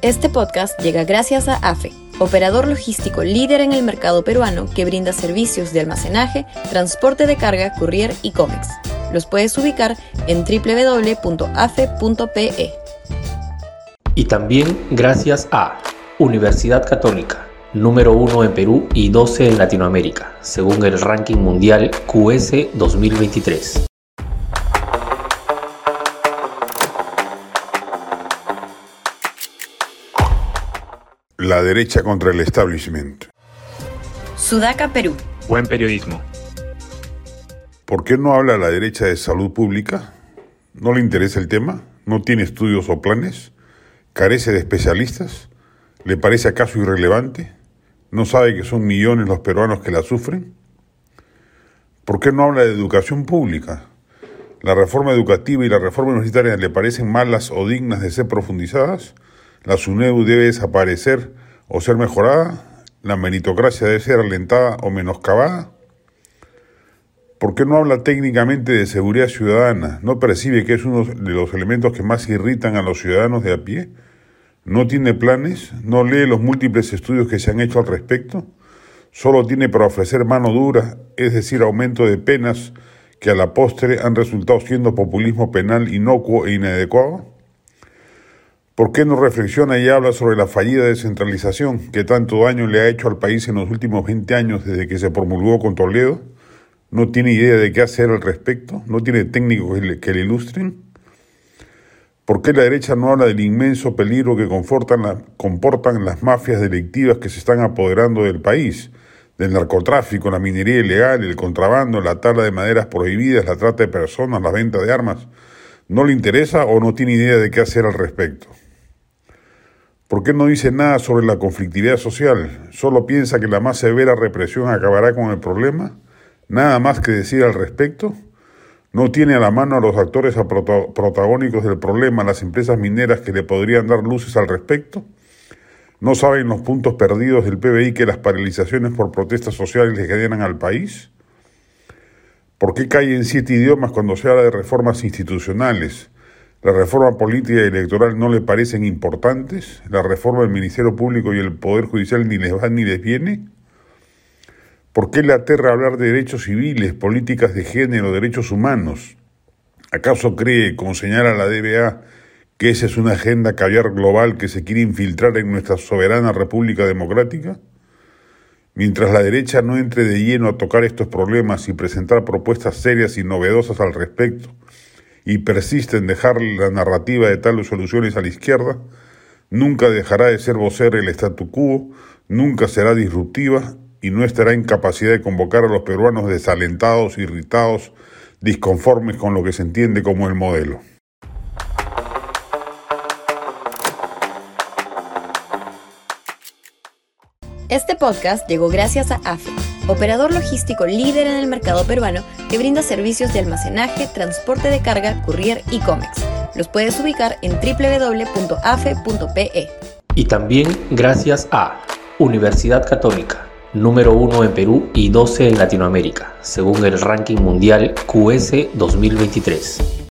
Este podcast llega gracias a AFE, operador logístico líder en el mercado peruano que brinda servicios de almacenaje, transporte de carga, courier y cómics. Los puedes ubicar en www.afe.pe. Y también gracias a Universidad Católica, número 1 en Perú y 12 en Latinoamérica, según el ranking mundial QS 2023. La derecha contra el establishment. Sudaca, Perú. Buen periodismo. ¿Por qué no habla la derecha de salud pública? ¿No le interesa el tema? ¿No tiene estudios o planes? ¿Carece de especialistas? ¿Le parece acaso irrelevante? ¿No sabe que son millones los peruanos que la sufren? ¿Por qué no habla de educación pública? ¿La reforma educativa y la reforma universitaria le parecen malas o dignas de ser profundizadas? ¿La SUNEDU debe desaparecer o ser mejorada? ¿La meritocracia debe ser alentada o menoscabada? ¿Por qué no habla técnicamente de seguridad ciudadana? ¿No percibe que es uno de los elementos que más irritan a los ciudadanos de a pie? ¿No tiene planes? ¿No lee los múltiples estudios que se han hecho al respecto? ¿Solo tiene para ofrecer mano dura, es decir, aumento de penas que a la postre han resultado siendo populismo penal inocuo e inadecuado? ¿Por qué no reflexiona y habla sobre la fallida descentralización que tanto daño le ha hecho al país en los últimos 20 años desde que se promulgó con Toledo? ¿No tiene idea de qué hacer al respecto? ¿No tiene técnicos que le ilustren? ¿Por qué la derecha no habla del inmenso peligro que comportan las mafias delictivas que se están apoderando del país? Del narcotráfico, la minería ilegal, el contrabando, la tala de maderas prohibidas, la trata de personas, la venta de armas. ¿No le interesa o no tiene idea de qué hacer al respecto? ¿Por qué no dice nada sobre la conflictividad social? ¿Solo piensa que la más severa represión acabará con el problema? ¿Nada más que decir al respecto? ¿No tiene a la mano a los actores protagónicos del problema, las empresas mineras que le podrían dar luces al respecto? ¿No saben los puntos perdidos del PBI que las paralizaciones por protestas sociales le generan al país? ¿Por qué cae en 7 idiomas cuando se habla de reformas institucionales? ¿La reforma política y electoral no le parecen importantes? ¿La reforma del Ministerio Público y el Poder Judicial ni les va ni les viene? ¿Por qué le aterra hablar de derechos civiles, políticas de género, derechos humanos? ¿Acaso cree, como señala la DBA, que esa es una agenda caviar global que se quiere infiltrar en nuestra soberana República Democrática? Mientras la derecha no entre de lleno a tocar estos problemas y presentar propuestas serias y novedosas al respecto, y persiste en dejar la narrativa de tales soluciones a la izquierda, nunca dejará de ser vocera del statu quo, nunca será disruptiva y no estará en capacidad de convocar a los peruanos desalentados, irritados, disconformes con lo que se entiende como el modelo. Este podcast llegó gracias a AFE, operador logístico líder en el mercado peruano que brinda servicios de almacenaje, transporte de carga, courier y cómics. Los puedes ubicar en www.afe.pe. Y también gracias a Universidad Católica, número 1 en Perú y 12 en Latinoamérica, según el ranking mundial QS 2023.